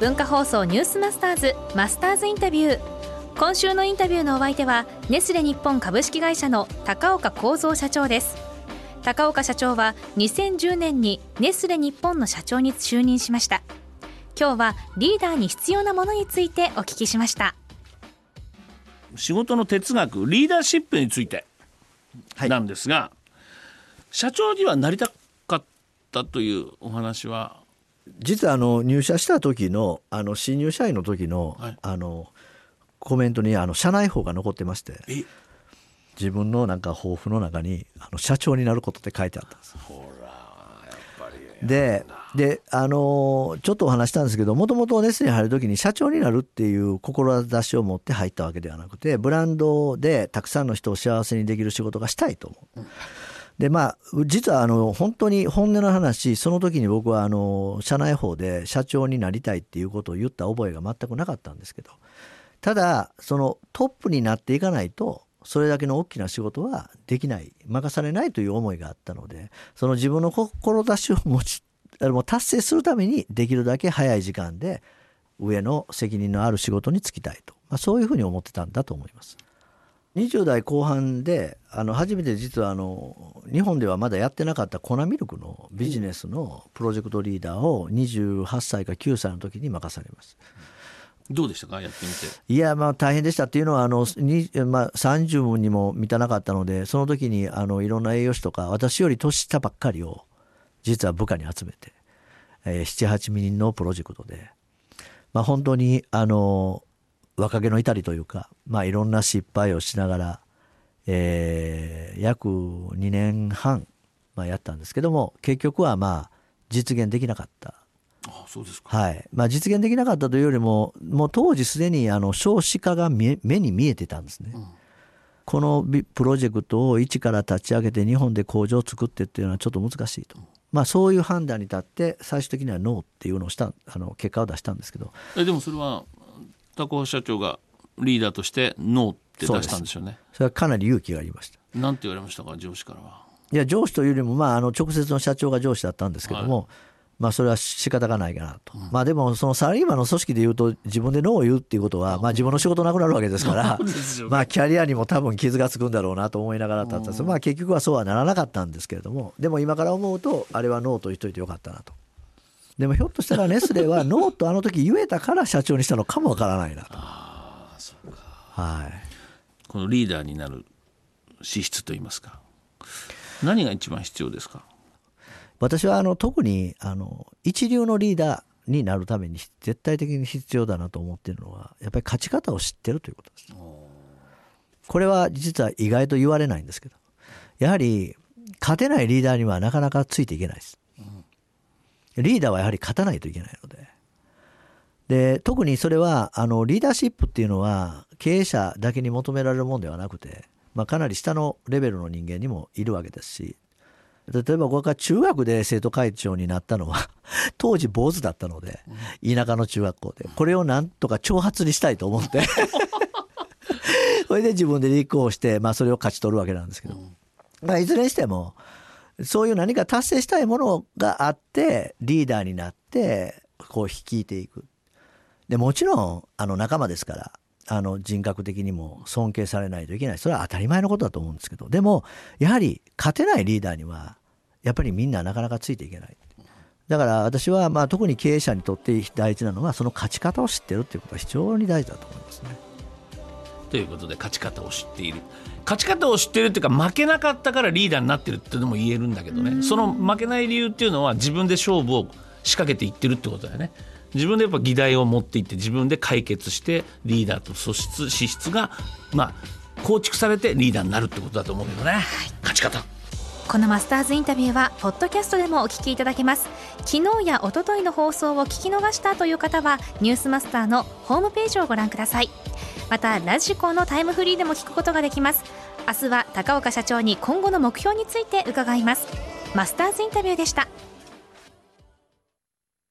文化放送ニュースマスターズマスターズインタビュー。今週のインタビューのお相手はネスレ日本株式会社の高岡幸三社長です。高岡社長は2010年にネスレ日本の社長に就任しました。今日はリーダーに必要なものについてお聞きしました。 仕事の哲学、リーダーシップについてなんですが、社長にはなりたかったというお話は、 実は入社した時の新入社員の時の、コメントに社内報が残ってまして、自分のなんか抱負の中に社長になることって書いてあったんです。 ほらやっぱりでちょっとお話したんですけど、もともとネスレに入る時に社長になるっていう志を持って入ったわけではなくて、ブランドでたくさんの人を幸せにできる仕事がしたいと思う。で実は本当に本音の話、その時に僕は社内報で社長になりたいっていうことを言った覚えが全くなかったんですけど、ただそのトップになっていかないとそれだけの大きな仕事はできない、任されないという思いがあったので、その自分の志を達成するためにできるだけ早い時間で上の責任のある仕事に就きたいと、そういうふうに思ってたんだと思います。20代後半で初めて実は日本ではまだやってなかった粉ミルクのビジネスのプロジェクトリーダーを28歳か9歳の時に任されます。 どうでしたか、やってみて。 いや大変でしたっていうのは30にも満たなかったので、その時にいろんな栄養士とか私より年下ばっかりを実は部下に集めて、7、8人のプロジェクトで、本当に若気の至りというか、いろんな失敗をしながら、約2年半、やったんですけども、結局は実現できなかった。 ああ、そうですか。 はい。実現できなかったというよりも、もう当時すでに少子化が目に見えてたんですね。このプロジェクトを一から立ち上げて日本で工場を作ってっていうのはちょっと難しいと。そういう判断に立って最終的にはノーっていうのを結果を出したんですけど。 でもそれは高尾社長がリーダーとしてノーって出したんですよね。 それはかなり勇気がありました。 なんて言われましたか、上司からは。 いや、上司というよりも直接の社長が上司だったんですけども、それは仕方がないかなと。でもそのサラリーマンの組織でいうと自分でノーを言うっていうことは、自分の仕事なくなるわけですからキャリアにも多分傷がつくんだろうなと思いながらだったんです。結局はそうはならなかったんですけれども、でも今から思うとあれはノーと言っといてよかったなと。でもひょっとしたらネスレはノーと時言えたから社長にしたのかもわからないなと。 そうか。 はい。 このリーダーになる資質といいますか、何が一番必要ですか。 私は特に一流のリーダーになるために絶対的に必要だなと思っているのは、やっぱり勝ち方を知ってるということです。これは実は意外と言われないんですけど、やはり勝てないリーダーにはなかなかついていけないです。リーダーはやはり勝たないといけないので、特にそれはリーダーシップっていうのは経営者だけに求められるものではなくて、かなり下のレベルの人間にもいるわけですし、例えば僕が中学で生徒会長になったのは当時坊主だったので、田舎の中学校でこれをなんとか挑発にしたいと思ってそれで自分で立候補して、それを勝ち取るわけなんですけど、いずれにしてもそういう何か達成したいものがあってリーダーになって率いていく。でもちろん仲間ですから人格的にも尊敬されないといけない。それは当たり前のことだと思うんですけど、でもやはり勝てないリーダーにはやっぱりみんななかなかついていけない。だから私は特に経営者にとって大事なのは、その勝ち方を知ってるっていうことは非常に大事だと思いますね。 ということで、勝ち方を知っている、勝ち方を知っているっていうか、負けなかったからリーダーになってるっていうのも言えるんだけどね、その負けない理由っていうのは自分で勝負を仕掛けていってるってことだよね。自分でやっぱ議題を持っていって自分で解決してリーダーと資質が構築されてリーダーになるってことだと思うけどね、勝ち方。 このマスターズインタビューはポッドキャストでもお聞きいただけます。昨日や一昨日の放送を聞き逃したという方はニュースマスターのホームページをご覧ください。またラジコのタイムフリーでも聞くことができます。明日は高岡社長に今後の目標について伺います。マスターズインタビューでした。